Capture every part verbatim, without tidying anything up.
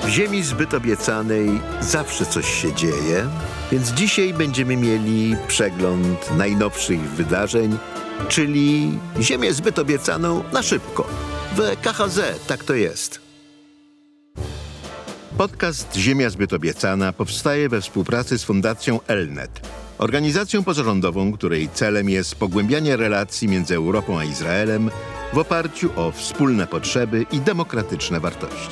ziemi zbyt obiecanej zawsze coś się dzieje, więc dzisiaj będziemy mieli przegląd najnowszych wydarzeń, czyli ziemię zbyt obiecaną na szybko. W K H Z tak to jest. Podcast Ziemia zbyt obiecana powstaje we współpracy z Fundacją Elnet, organizacją pozarządową, której celem jest pogłębianie relacji między Europą a Izraelem w oparciu o wspólne potrzeby i demokratyczne wartości.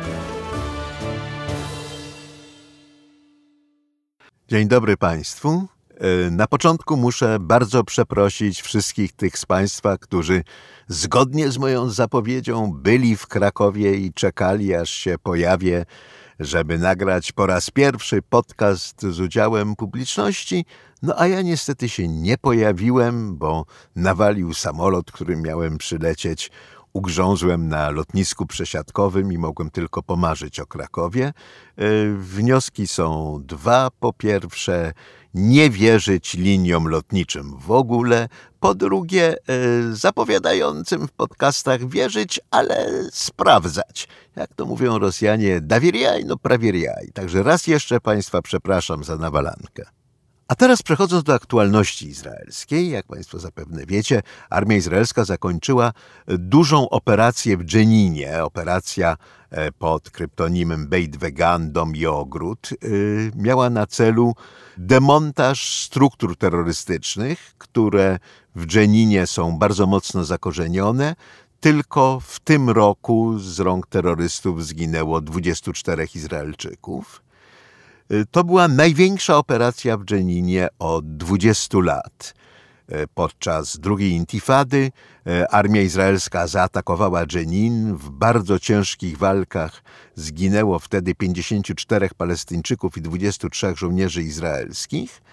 Dzień dobry Państwu. Na początku muszę bardzo przeprosić wszystkich tych z Państwa, którzy zgodnie z moją zapowiedzią byli w Krakowie i czekali, aż się pojawię, żeby nagrać po raz pierwszy podcast z udziałem publiczności. No a ja niestety się nie pojawiłem, bo nawalił samolot, którym miałem przylecieć. Ugrzązłem na lotnisku przesiadkowym i mogłem tylko pomarzyć o Krakowie. Wnioski są dwa. Po pierwsze, nie wierzyć liniom lotniczym w ogóle. Po drugie, zapowiadającym w podcastach wierzyć, ale sprawdzać. Jak to mówią Rosjanie, dawiriaj, no prawiriaj. Także raz jeszcze Państwa przepraszam za nawalankę. A teraz przechodząc do aktualności izraelskiej, jak Państwo zapewne wiecie, armia izraelska zakończyła dużą operację w Dżeninie. Operacja pod kryptonimem Beit Vegan, Dom i Ogród, miała na celu demontaż struktur terrorystycznych, które w Dżeninie są bardzo mocno zakorzenione. Tylko w tym roku z rąk terrorystów zginęło dwudziestu czterech Izraelczyków. To była największa operacja w Dżeninie od dwudziestu lat. Podczas drugiej intifady armia izraelska zaatakowała Dżenin. W bardzo ciężkich walkach zginęło wtedy pięćdziesięciu czterech Palestyńczyków i dwudziestu trzech żołnierzy izraelskich.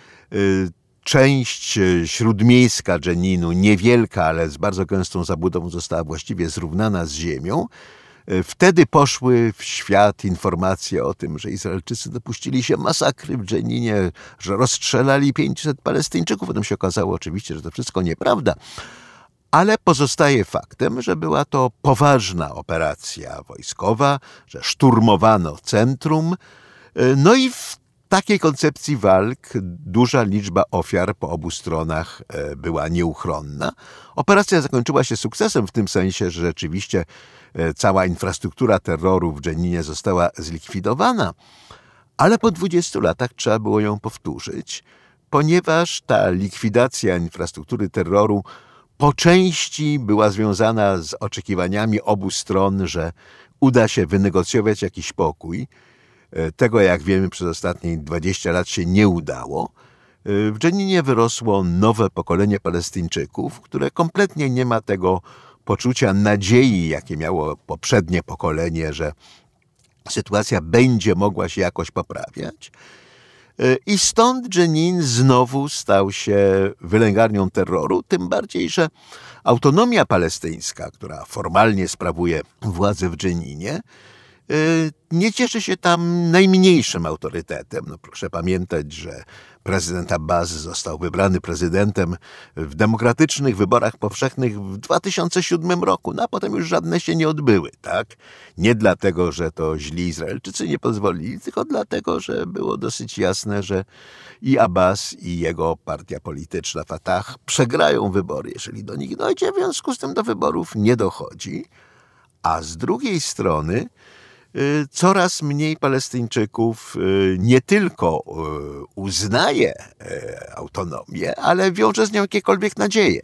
Część śródmiejska Dżeninu, niewielka, ale z bardzo gęstą zabudową, została właściwie zrównana z ziemią. Wtedy poszły w świat informacje o tym, że Izraelczycy dopuścili się masakry w Dżeninie, że rozstrzelali pięćset Palestyńczyków. Potem się okazało oczywiście, że to wszystko nieprawda. Ale pozostaje faktem, że była to poważna operacja wojskowa, że szturmowano centrum. No i w takiej koncepcji walk duża liczba ofiar po obu stronach była nieuchronna. Operacja zakończyła się sukcesem w tym sensie, że rzeczywiście cała infrastruktura terroru w Dżeninie została zlikwidowana, ale po dwudziestu latach trzeba było ją powtórzyć, ponieważ ta likwidacja infrastruktury terroru po części była związana z oczekiwaniami obu stron, że uda się wynegocjować jakiś pokój. Tego, jak wiemy, przez ostatnie dwadzieścia lat się nie udało. W Dżeninie wyrosło nowe pokolenie Palestyńczyków, które kompletnie nie ma tego poczucia nadziei, jakie miało poprzednie pokolenie, że sytuacja będzie mogła się jakoś poprawiać. I stąd Dżenin znowu stał się wylęgarnią terroru, tym bardziej, że autonomia palestyńska, która formalnie sprawuje władzę w Dżeninie, nie cieszy się tam najmniejszym autorytetem. No proszę pamiętać, że prezydent Abbas został wybrany prezydentem w demokratycznych wyborach powszechnych w dwa tysiące siódmym roku, no a potem już żadne się nie odbyły, tak? Nie dlatego, że to źli Izraelczycy nie pozwolili, tylko dlatego, że było dosyć jasne, że i Abbas, i jego partia polityczna Fatah przegrają wybory, jeżeli do nich dojdzie, w związku z tym do wyborów nie dochodzi. A z drugiej strony coraz mniej Palestyńczyków nie tylko uznaje autonomię, ale wiąże z nią jakiekolwiek nadzieje.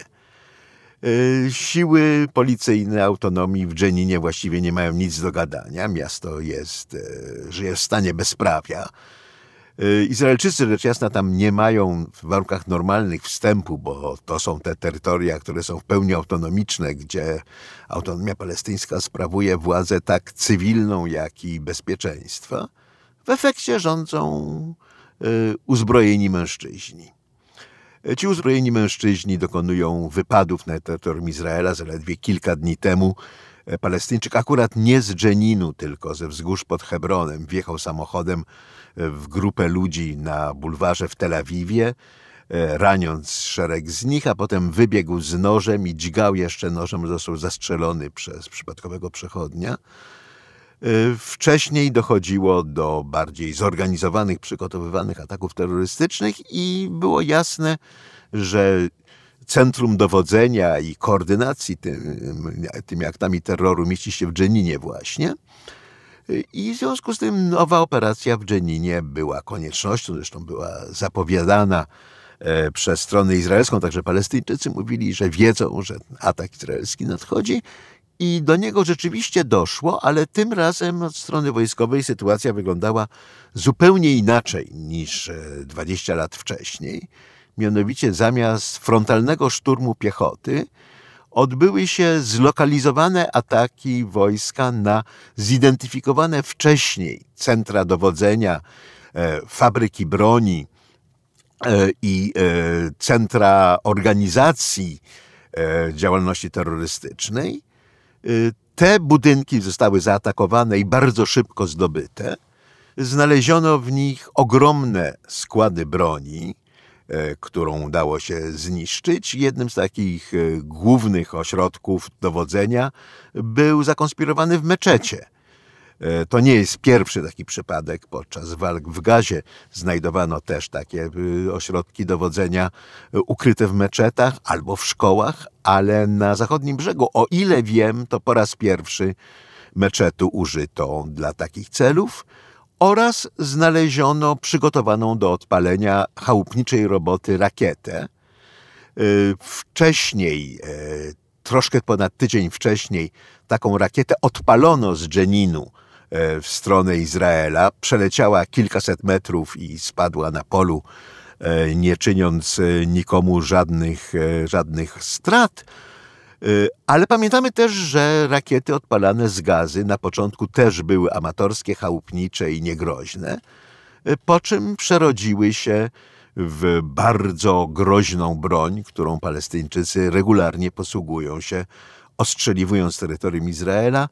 Siły policyjne autonomii w Dżeninie właściwie nie mają nic do gadania. Miasto jest, żyje w stanie bezprawia. Izraelczycy, rzecz jasna, tam nie mają w warunkach normalnych wstępu, bo to są te terytoria, które są w pełni autonomiczne, gdzie autonomia palestyńska sprawuje władzę tak cywilną, jak i bezpieczeństwa. W efekcie rządzą y, uzbrojeni mężczyźni. Ci uzbrojeni mężczyźni dokonują wypadów na terytorium Izraela. Zaledwie kilka dni temu Palestyńczyk, akurat nie z Dżeninu, tylko ze wzgórz pod Hebronem, wjechał samochodem w grupę ludzi na bulwarze w Tel Awiwie, raniąc szereg z nich, a potem wybiegł z nożem i dźgał jeszcze nożem, został zastrzelony przez przypadkowego przechodnia. Wcześniej dochodziło do bardziej zorganizowanych, przygotowywanych ataków terrorystycznych i było jasne, że centrum dowodzenia i koordynacji tym, tymi aktami terroru mieści się w Dżeninie właśnie. I w związku z tym nowa operacja w Dżeninie była koniecznością, zresztą była zapowiadana przez stronę izraelską, także Palestyńczycy mówili, że wiedzą, że atak izraelski nadchodzi i do niego rzeczywiście doszło, ale tym razem od strony wojskowej sytuacja wyglądała zupełnie inaczej niż dwadzieścia lat wcześniej. Mianowicie zamiast frontalnego szturmu piechoty odbyły się zlokalizowane ataki wojska na zidentyfikowane wcześniej centra dowodzenia, fabryki broni i centra organizacji działalności terrorystycznej. Te budynki zostały zaatakowane i bardzo szybko zdobyte. Znaleziono w nich ogromne składy broni, którą udało się zniszczyć. Jednym z takich głównych ośrodków dowodzenia był zakonspirowany w meczecie. To nie jest pierwszy taki przypadek. Podczas walk w Gazie znajdowano też takie ośrodki dowodzenia ukryte w meczetach albo w szkołach, ale na zachodnim brzegu, o ile wiem, to po raz pierwszy meczetu użyto dla takich celów. Oraz znaleziono przygotowaną do odpalenia chałupniczej roboty rakietę. Wcześniej, troszkę ponad tydzień wcześniej, taką rakietę odpalono z Dżeninu w stronę Izraela. Przeleciała kilkaset metrów i spadła na polu, nie czyniąc nikomu żadnych, żadnych strat. Ale pamiętamy też, że rakiety odpalane z gazy na początku też były amatorskie, chałupnicze i niegroźne, po czym przerodziły się w bardzo groźną broń, którą Palestyńczycy regularnie posługują się, ostrzeliwując terytorium Izraela.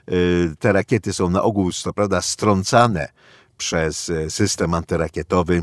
Te rakiety są na ogół, co prawda, strącane przez system antyrakietowy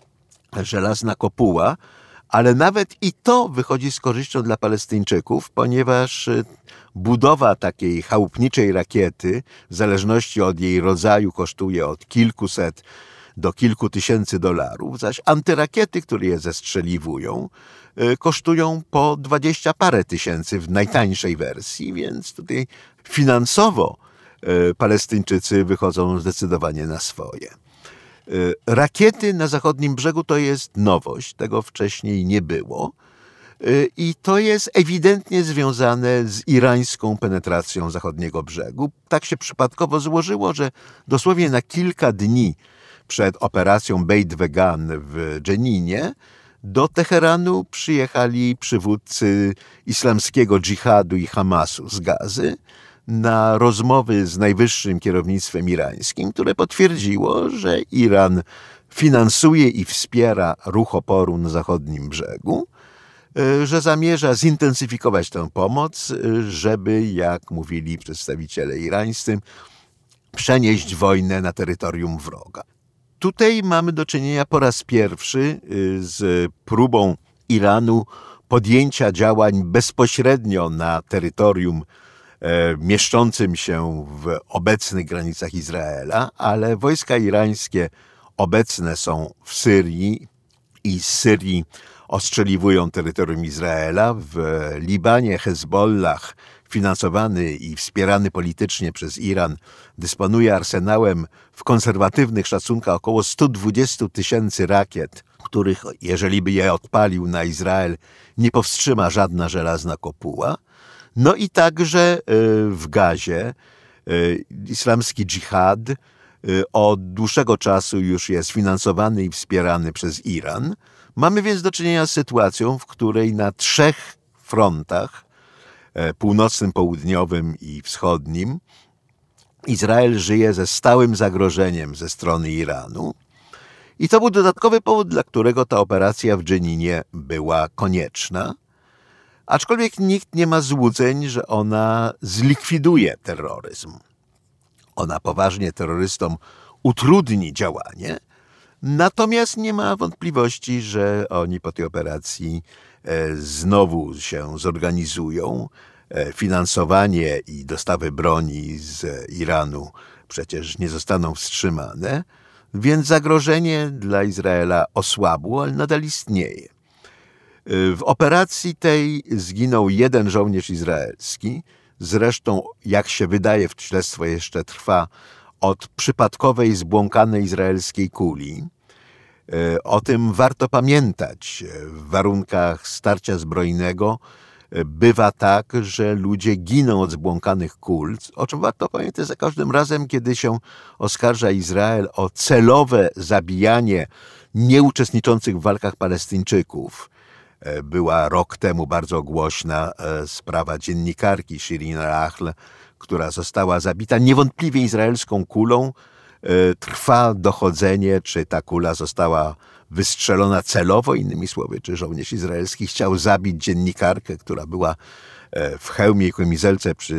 Żelazna Kopuła, ale nawet i to wychodzi z korzyścią dla Palestyńczyków, ponieważ budowa takiej chałupniczej rakiety, w zależności od jej rodzaju, kosztuje od kilkuset do kilku tysięcy dolarów, zaś antyrakiety, które je zestrzeliwują, kosztują po dwadzieścia parę tysięcy w najtańszej wersji, więc tutaj finansowo Palestyńczycy wychodzą zdecydowanie na swoje. Rakiety na zachodnim brzegu to jest nowość, tego wcześniej nie było i to jest ewidentnie związane z irańską penetracją zachodniego brzegu. Tak się przypadkowo złożyło, że dosłownie na kilka dni przed operacją Beit Vegan w Dżeninie do Teheranu przyjechali przywódcy islamskiego dżihadu i Hamasu z Gazy na rozmowy z najwyższym kierownictwem irańskim, które potwierdziło, że Iran finansuje i wspiera ruch oporu na zachodnim brzegu, że zamierza zintensyfikować tę pomoc, żeby, jak mówili przedstawiciele irańscy, przenieść wojnę na terytorium wroga. Tutaj mamy do czynienia po raz pierwszy z próbą Iranu podjęcia działań bezpośrednio na terytorium mieszczącym się w obecnych granicach Izraela, ale wojska irańskie obecne są w Syrii i z Syrii ostrzeliwują terytorium Izraela. W Libanie Hezbollah, finansowany i wspierany politycznie przez Iran, dysponuje arsenałem w konserwatywnych szacunkach około sto dwadzieścia tysięcy rakiet, których, jeżeli by je odpalił na Izrael, nie powstrzyma żadna żelazna kopuła. No i także w Gazie islamski dżihad od dłuższego czasu już jest finansowany i wspierany przez Iran. Mamy więc do czynienia z sytuacją, w której na trzech frontach, północnym, południowym i wschodnim, Izrael żyje ze stałym zagrożeniem ze strony Iranu. I to był dodatkowy powód, dla którego ta operacja w Dżeninie była konieczna. Aczkolwiek nikt nie ma złudzeń, że ona zlikwiduje terroryzm. Ona poważnie terrorystom utrudni działanie, natomiast nie ma wątpliwości, że oni po tej operacji znowu się zorganizują. Finansowanie i dostawy broni z Iranu przecież nie zostaną wstrzymane, więc zagrożenie dla Izraela osłabło, ale nadal istnieje. W operacji tej zginął jeden żołnierz izraelski, zresztą, jak się wydaje, śledztwo jeszcze trwa, od przypadkowej zbłąkanej izraelskiej kuli. O tym warto pamiętać. W warunkach starcia zbrojnego bywa tak, że ludzie giną od zbłąkanych kul, o czym warto pamiętać za każdym razem, kiedy się oskarża Izrael o celowe zabijanie nieuczestniczących w walkach Palestyńczyków. Była rok temu bardzo głośna sprawa dziennikarki Shirin Ahl, która została zabita niewątpliwie izraelską kulą. Trwa dochodzenie, czy ta kula została wystrzelona celowo, innymi słowy, czy żołnierz izraelski chciał zabić dziennikarkę, która była w hełmie i kamizelce przy,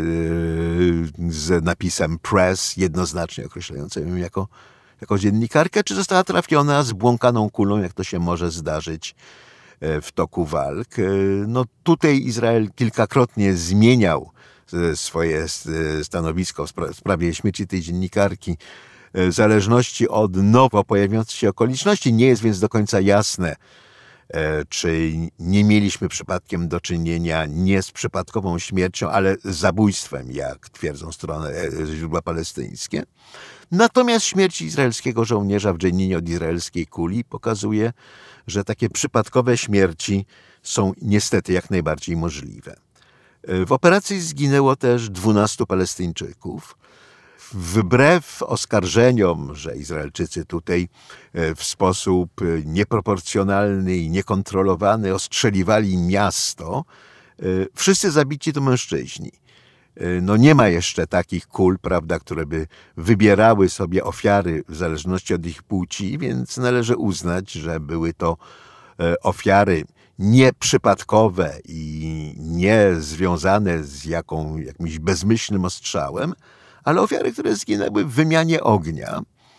z napisem press, jednoznacznie określającym ją jako, jako dziennikarkę, czy została trafiona zbłąkaną kulą, jak to się może zdarzyć w toku walk. No tutaj Izrael kilkakrotnie zmieniał swoje stanowisko w sprawie śmierci tej dziennikarki w zależności od nowo pojawiających się okoliczności. Nie jest więc do końca jasne, czy nie mieliśmy przypadkiem do czynienia nie z przypadkową śmiercią, ale z zabójstwem, jak twierdzą strony źródła palestyńskie. Natomiast śmierć izraelskiego żołnierza w Dżeninie od izraelskiej kuli pokazuje, że takie przypadkowe śmierci są niestety jak najbardziej możliwe. W operacji zginęło też dwunastu Palestyńczyków. Wbrew oskarżeniom, że Izraelczycy tutaj w sposób nieproporcjonalny i niekontrolowany ostrzeliwali miasto, wszyscy zabici to mężczyźni. No nie ma jeszcze takich kul, prawda, które by wybierały sobie ofiary w zależności od ich płci, więc należy uznać, że były to ofiary nieprzypadkowe i nie związane z jaką, jakimś bezmyślnym ostrzałem, ale ofiary, które zginęły w wymianie ognia.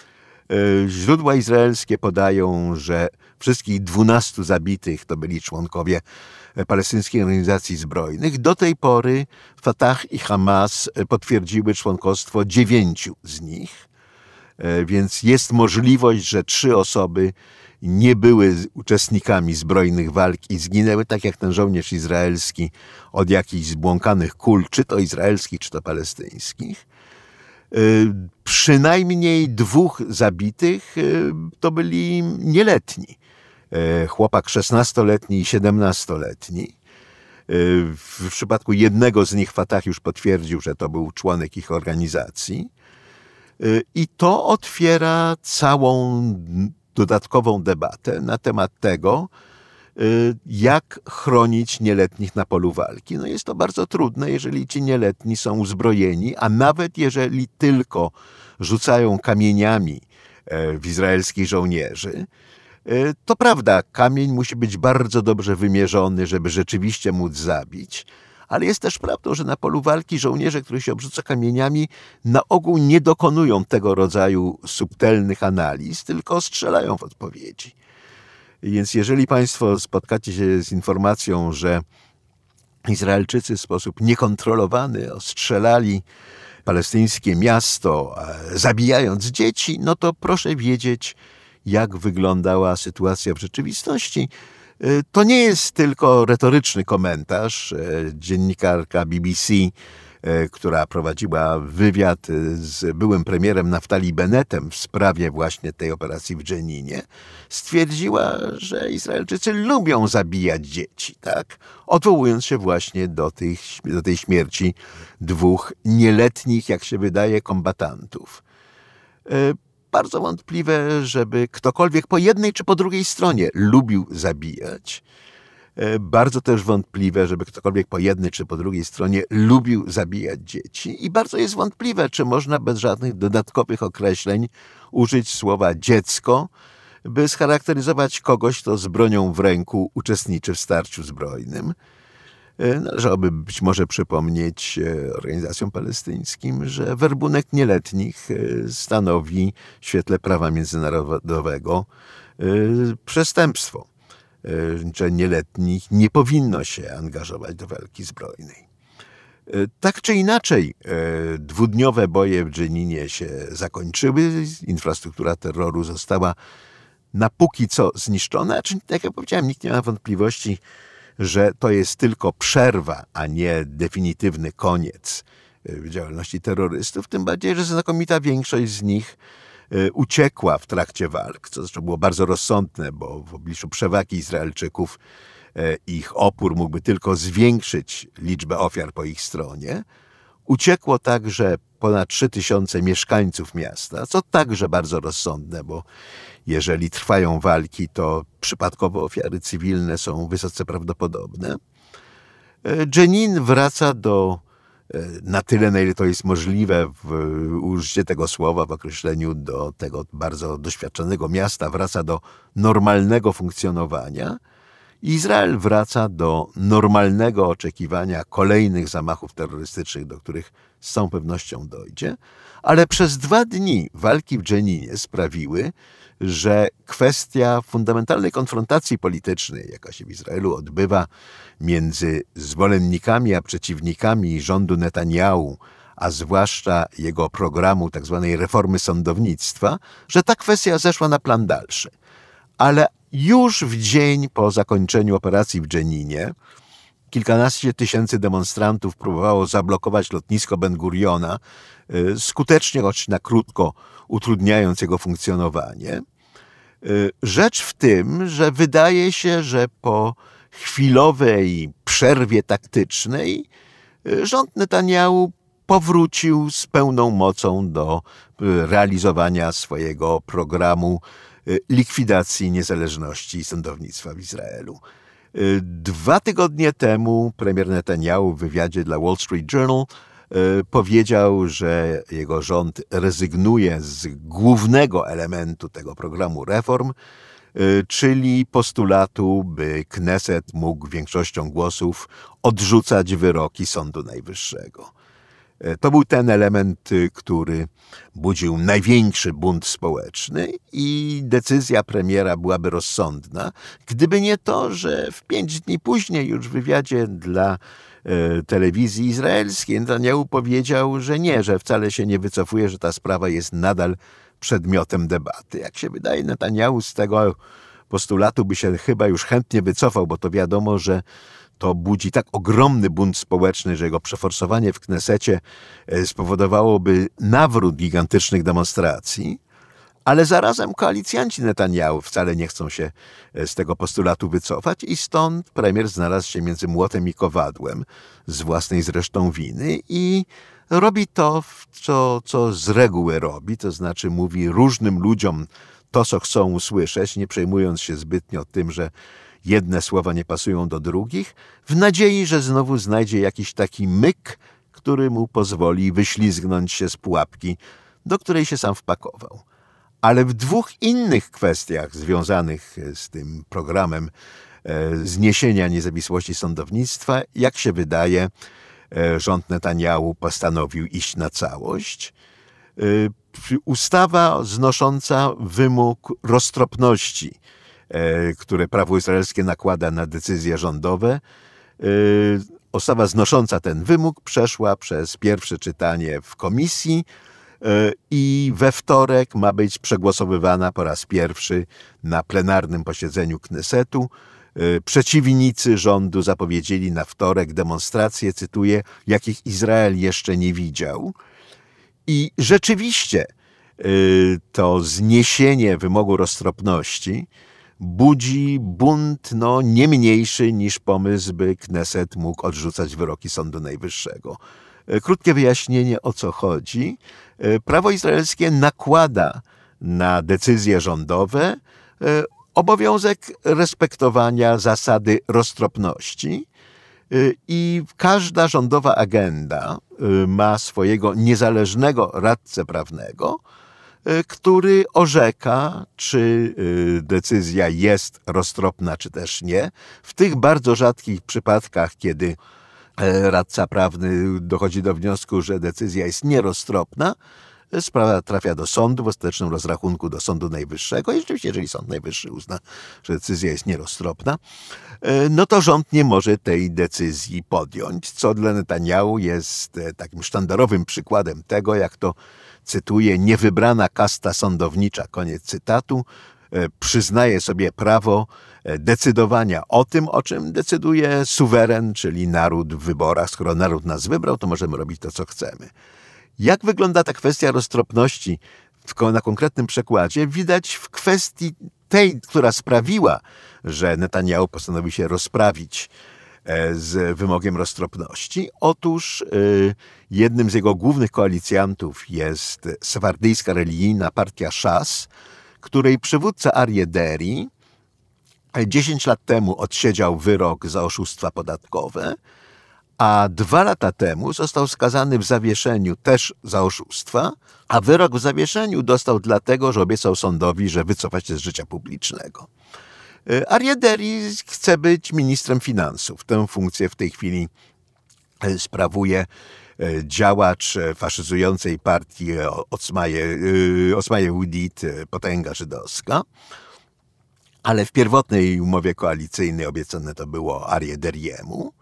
Źródła izraelskie podają, że wszystkich dwunastu zabitych to byli członkowie Palestyńskiej Organizacji Zbrojnych. Do tej pory Fatah i Hamas potwierdziły członkostwo dziewięciu z nich, więc jest możliwość, że trzy osoby nie były uczestnikami zbrojnych walk i zginęły, tak jak ten żołnierz izraelski, od jakichś zbłąkanych kul, czy to izraelskich, czy to palestyńskich. Przynajmniej dwóch zabitych to byli nieletni. Chłopak szesnastoletni i siedemnastoletni. W przypadku jednego z nich Fatah już potwierdził, że to był członek ich organizacji. I to otwiera całą dodatkową debatę na temat tego, jak chronić nieletnich na polu walki. No jest to bardzo trudne, jeżeli ci nieletni są uzbrojeni, a nawet jeżeli tylko rzucają kamieniami w izraelskich żołnierzy. To prawda, kamień musi być bardzo dobrze wymierzony, żeby rzeczywiście móc zabić, ale jest też prawdą, że na polu walki żołnierze, których się obrzuca kamieniami, na ogół nie dokonują tego rodzaju subtelnych analiz, tylko strzelają w odpowiedzi. Więc jeżeli Państwo spotkacie się z informacją, że Izraelczycy w sposób niekontrolowany ostrzelali palestyńskie miasto, zabijając dzieci, no to proszę wiedzieć, jak wyglądała sytuacja w rzeczywistości. To nie jest tylko retoryczny komentarz. Dziennikarka B B C, która prowadziła wywiad z byłym premierem Naftali Bennetem w sprawie właśnie tej operacji w Dżeninie, stwierdziła, że Izraelczycy lubią zabijać dzieci, tak? Odwołując się właśnie do, tych, do tej śmierci dwóch nieletnich, jak się wydaje, kombatantów. Bardzo wątpliwe, żeby ktokolwiek po jednej czy po drugiej stronie lubił zabijać. Bardzo też wątpliwe, żeby ktokolwiek po jednej czy po drugiej stronie lubił zabijać dzieci. I bardzo jest wątpliwe, czy można bez żadnych dodatkowych określeń użyć słowa dziecko, by scharakteryzować kogoś, kto z bronią w ręku uczestniczy w starciu zbrojnym. Należałoby być może przypomnieć organizacjom palestyńskim, że werbunek nieletnich stanowi w świetle prawa międzynarodowego przestępstwo, że nieletnich nie powinno się angażować do walki zbrojnej. Tak czy inaczej, dwudniowe boje w Dżeninie się zakończyły, infrastruktura terroru została na póki co zniszczona. Jak ja powiedziałem, nikt nie ma wątpliwości, że to jest tylko przerwa, a nie definitywny koniec działalności terrorystów, tym bardziej, że znakomita większość z nich uciekła w trakcie walk, co zresztą było bardzo rozsądne, bo w obliczu przewagi Izraelczyków ich opór mógłby tylko zwiększyć liczbę ofiar po ich stronie. Uciekło także ponad trzy tysiące mieszkańców miasta, co także bardzo rozsądne, bo jeżeli trwają walki, to przypadkowe ofiary cywilne są wysoce prawdopodobne. Dżenin wraca do, na tyle, na ile to jest możliwe w użyciu tego słowa, w określeniu do tego bardzo doświadczonego miasta, wraca do normalnego funkcjonowania. Izrael wraca do normalnego oczekiwania kolejnych zamachów terrorystycznych, do których z całą pewnością dojdzie, ale przez dwa dni walki w Dżeninie sprawiły, że kwestia fundamentalnej konfrontacji politycznej, jaka się w Izraelu odbywa między zwolennikami a przeciwnikami rządu Netanjahu, a zwłaszcza jego programu tzw. reformy sądownictwa, że ta kwestia zeszła na plan dalszy. Ale już w dzień po zakończeniu operacji w Dżeninie kilkanaście tysięcy demonstrantów próbowało zablokować lotnisko Ben Guriona, skutecznie, choć na krótko, utrudniając jego funkcjonowanie. Rzecz w tym, że wydaje się, że po chwilowej przerwie taktycznej rząd Netanjahu powrócił z pełną mocą do realizowania swojego programu likwidacji niezależności sądownictwa w Izraelu. Dwa tygodnie temu premier Netanjahu w wywiadzie dla Wall Street Journal powiedział, że jego rząd rezygnuje z głównego elementu tego programu reform, czyli postulatu, by Kneset mógł większością głosów odrzucać wyroki Sądu Najwyższego. To był ten element, który budził największy bunt społeczny i decyzja premiera byłaby rozsądna, gdyby nie to, że w pięć dni później już w wywiadzie dla telewizji izraelskiej Netanjahu powiedział, że nie, że wcale się nie wycofuje, że ta sprawa jest nadal przedmiotem debaty. Jak się wydaje, Netanjahu z tego postulatu by się chyba już chętnie wycofał, bo to wiadomo, że to budzi tak ogromny bunt społeczny, że jego przeforsowanie w Knesecie spowodowałoby nawrót gigantycznych demonstracji, ale zarazem koalicjanci Netanjahu wcale nie chcą się z tego postulatu wycofać i stąd premier znalazł się między młotem i kowadłem z własnej zresztą winy i robi to, co, co z reguły robi, to znaczy mówi różnym ludziom to, co chcą usłyszeć, nie przejmując się zbytnio tym, że jedne słowa nie pasują do drugich, w nadziei, że znowu znajdzie jakiś taki myk, który mu pozwoli wyślizgnąć się z pułapki, do której się sam wpakował. Ale w dwóch innych kwestiach związanych z tym programem zniesienia niezawisłości sądownictwa, jak się wydaje, rząd Netanjahu postanowił iść na całość. Ustawa znosząca wymóg roztropności, które prawo izraelskie nakłada na decyzje rządowe. Ustawa znosząca ten wymóg przeszła przez pierwsze czytanie w komisji i we wtorek ma być przegłosowywana po raz pierwszy na plenarnym posiedzeniu Knesetu. Przeciwnicy rządu zapowiedzieli na wtorek demonstracje, cytuję, jakich Izrael jeszcze nie widział. I rzeczywiście to zniesienie wymogu roztropności budzi bunt no, nie mniejszy niż pomysł, by Kneset mógł odrzucać wyroki Sądu Najwyższego. Krótkie wyjaśnienie, o co chodzi. Prawo izraelskie nakłada na decyzje rządowe obowiązek respektowania zasady roztropności i każda rządowa agenda ma swojego niezależnego radcę prawnego, który orzeka, czy decyzja jest roztropna, czy też nie. W tych bardzo rzadkich przypadkach, kiedy radca prawny dochodzi do wniosku, że decyzja jest nieroztropna, Sprawa trafia do sądu, w ostatecznym rozrachunku do Sądu Najwyższego i rzeczywiście, jeżeli Sąd Najwyższy uzna, że decyzja jest nieroztropna, no to rząd nie może tej decyzji podjąć, co dla Netanjahu jest takim sztandarowym przykładem tego, jak to, cytuję, niewybrana kasta sądownicza, koniec cytatu, przyznaje sobie prawo decydowania o tym, o czym decyduje suweren, czyli naród w wyborach. Skoro naród nas wybrał, to możemy robić to, co chcemy. Jak wygląda ta kwestia roztropności na konkretnym przykładzie? Widać w kwestii tej, która sprawiła, że Netanjahu postanowił się rozprawić z wymogiem roztropności. Otóż jednym z jego głównych koalicjantów jest sefardyjska religijna partia Szas, której przywódca Aryeh Deri dziesięć lat temu odsiedział wyrok za oszustwa podatkowe, a dwa lata temu został skazany w zawieszeniu też za oszustwa, a wyrok w zawieszeniu dostał dlatego, że obiecał sądowi, że wycofa się z życia publicznego. Aryeh Deri chce być ministrem finansów. Tę funkcję w tej chwili sprawuje działacz faszyzującej partii Otzmaje, Otzmaje Yehudit, potęga żydowska. Ale w pierwotnej umowie koalicyjnej obiecane to było Aryeh Deriemu.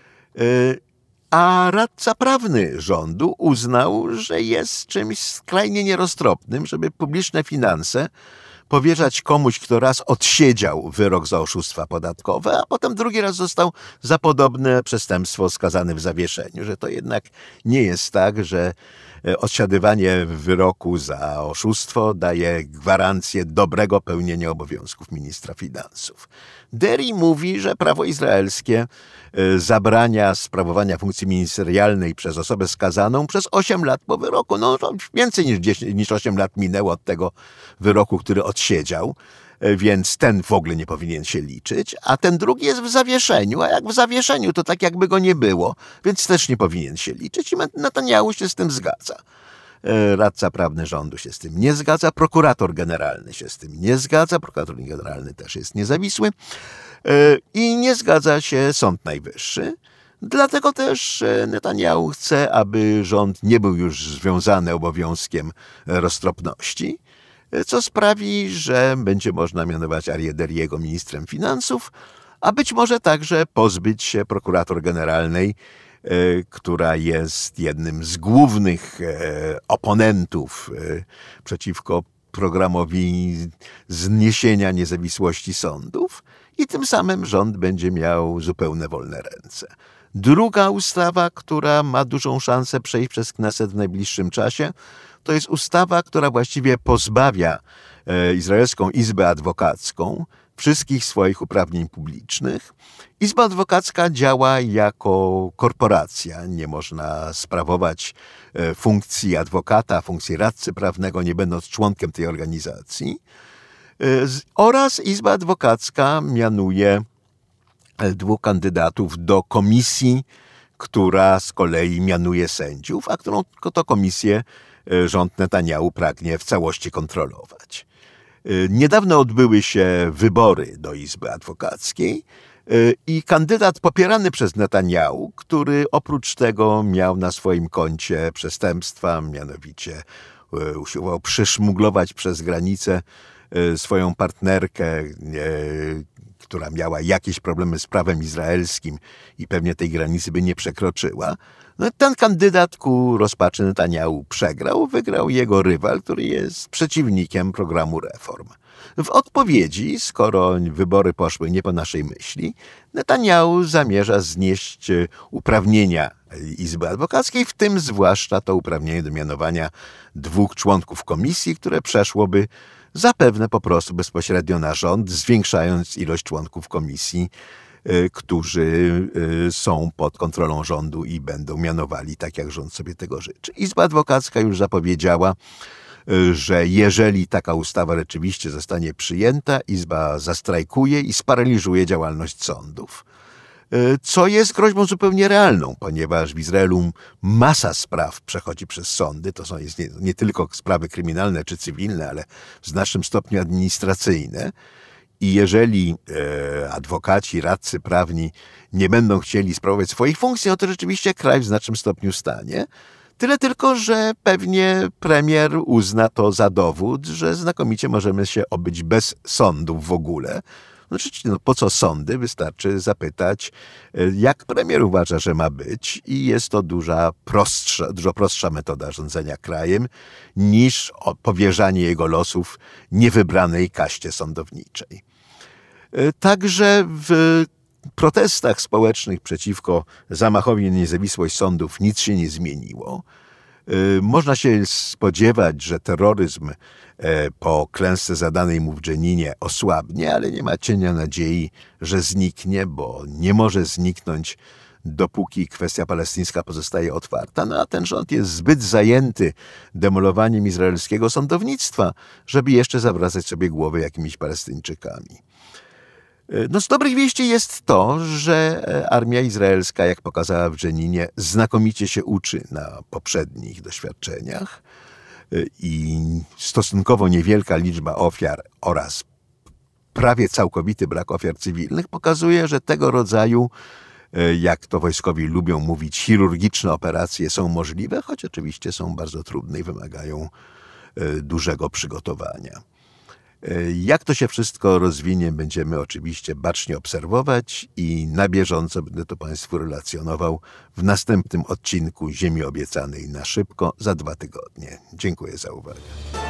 A radca prawny rządu uznał, że jest czymś skrajnie nieroztropnym, żeby publiczne finanse powierzać komuś, kto raz odsiedział wyrok za oszustwa podatkowe, a potem drugi raz został za podobne przestępstwo skazany w zawieszeniu. Że to jednak nie jest tak, że odsiadywanie wyroku za oszustwo daje gwarancję dobrego pełnienia obowiązków ministra finansów. Deri mówi, że prawo izraelskie zabrania sprawowania funkcji ministerialnej przez osobę skazaną przez osiem lat po wyroku. No więcej niż, dziesięć, niż osiem lat minęło od tego wyroku, który odsiedział, więc ten w ogóle nie powinien się liczyć, a ten drugi jest w zawieszeniu, a jak w zawieszeniu, to tak jakby go nie było, więc też nie powinien się liczyć i Netanjahu się z tym zgadza. Radca prawny rządu się z tym nie zgadza, prokurator generalny się z tym nie zgadza, prokurator generalny też jest niezawisły i nie zgadza się Sąd Najwyższy. Dlatego też Netanjahu chce, aby rząd nie był już związany obowiązkiem roztropności, co sprawi, że będzie można mianować Aryeh Deriego ministrem finansów, a być może także pozbyć się prokurator generalnej, która jest jednym z głównych oponentów przeciwko programowi zniesienia niezawisłości sądów i tym samym rząd będzie miał zupełnie wolne ręce. Druga ustawa, która ma dużą szansę przejść przez Kneset w najbliższym czasie, to jest ustawa, która właściwie pozbawia Izraelską Izbę Adwokacką wszystkich swoich uprawnień publicznych. Izba Adwokacka działa jako korporacja. Nie można sprawować funkcji adwokata, funkcji radcy prawnego, nie będąc członkiem tej organizacji. Oraz Izba Adwokacka mianuje dwóch kandydatów do komisji, która z kolei mianuje sędziów, a którą to komisję rząd Netanjahu pragnie w całości kontrolować. Niedawno odbyły się wybory do Izby Adwokackiej i kandydat popierany przez Netanjahu, który oprócz tego miał na swoim koncie przestępstwa, mianowicie usiłował przeszmuglować przez granicę swoją partnerkę, która miała jakieś problemy z prawem izraelskim i pewnie tej granicy by nie przekroczyła. No, ten kandydat ku rozpaczy Netanjahu przegrał, wygrał jego rywal, który jest przeciwnikiem programu reform. W odpowiedzi, skoro wybory poszły nie po naszej myśli, Netanjahu zamierza znieść uprawnienia Izby Adwokackiej, w tym zwłaszcza to uprawnienie do mianowania dwóch członków komisji, które przeszłoby zapewne po prostu bezpośrednio na rząd, zwiększając ilość członków komisji, którzy są pod kontrolą rządu i będą mianowali tak, jak rząd sobie tego życzy. Izba Adwokacka już zapowiedziała, że jeżeli taka ustawa rzeczywiście zostanie przyjęta, Izba zastrajkuje i sparaliżuje działalność sądów. Co jest groźbą zupełnie realną, ponieważ w Izraelu masa spraw przechodzi przez sądy. To są jest nie, nie tylko sprawy kryminalne czy cywilne, ale w znacznym stopniu administracyjne. I jeżeli e, adwokaci, radcy prawni nie będą chcieli sprawować swoich funkcji, no to rzeczywiście kraj w znacznym stopniu stanie. Tyle tylko, że pewnie premier uzna to za dowód, że znakomicie możemy się obyć bez sądów w ogóle. No rzeczywiście, no po co sądy? Wystarczy zapytać, jak premier uważa, że ma być, i jest to duża prostsza, dużo prostsza metoda rządzenia krajem niż powierzanie jego losów niewybranej kaście sądowniczej. Także w protestach społecznych przeciwko zamachowi na niezawisłość sądów nic się nie zmieniło. Można się spodziewać, że terroryzm po klęsce zadanej mu w Dżeninie osłabnie, ale nie ma cienia nadziei, że zniknie, bo nie może zniknąć, dopóki kwestia palestyńska pozostaje otwarta. No a ten rząd jest zbyt zajęty demolowaniem izraelskiego sądownictwa, żeby jeszcze zawracać sobie głowy jakimiś Palestyńczykami. No z dobrych wieści jest to, że armia izraelska, jak pokazała w Dżeninie, znakomicie się uczy na poprzednich doświadczeniach i stosunkowo niewielka liczba ofiar oraz prawie całkowity brak ofiar cywilnych pokazuje, że tego rodzaju, jak to wojskowi lubią mówić, chirurgiczne operacje są możliwe, choć oczywiście są bardzo trudne i wymagają dużego przygotowania. Jak to się wszystko rozwinie, będziemy oczywiście bacznie obserwować i na bieżąco będę to Państwu relacjonował w następnym odcinku Ziemi Obiecanej na szybko za dwa tygodnie. Dziękuję za uwagę.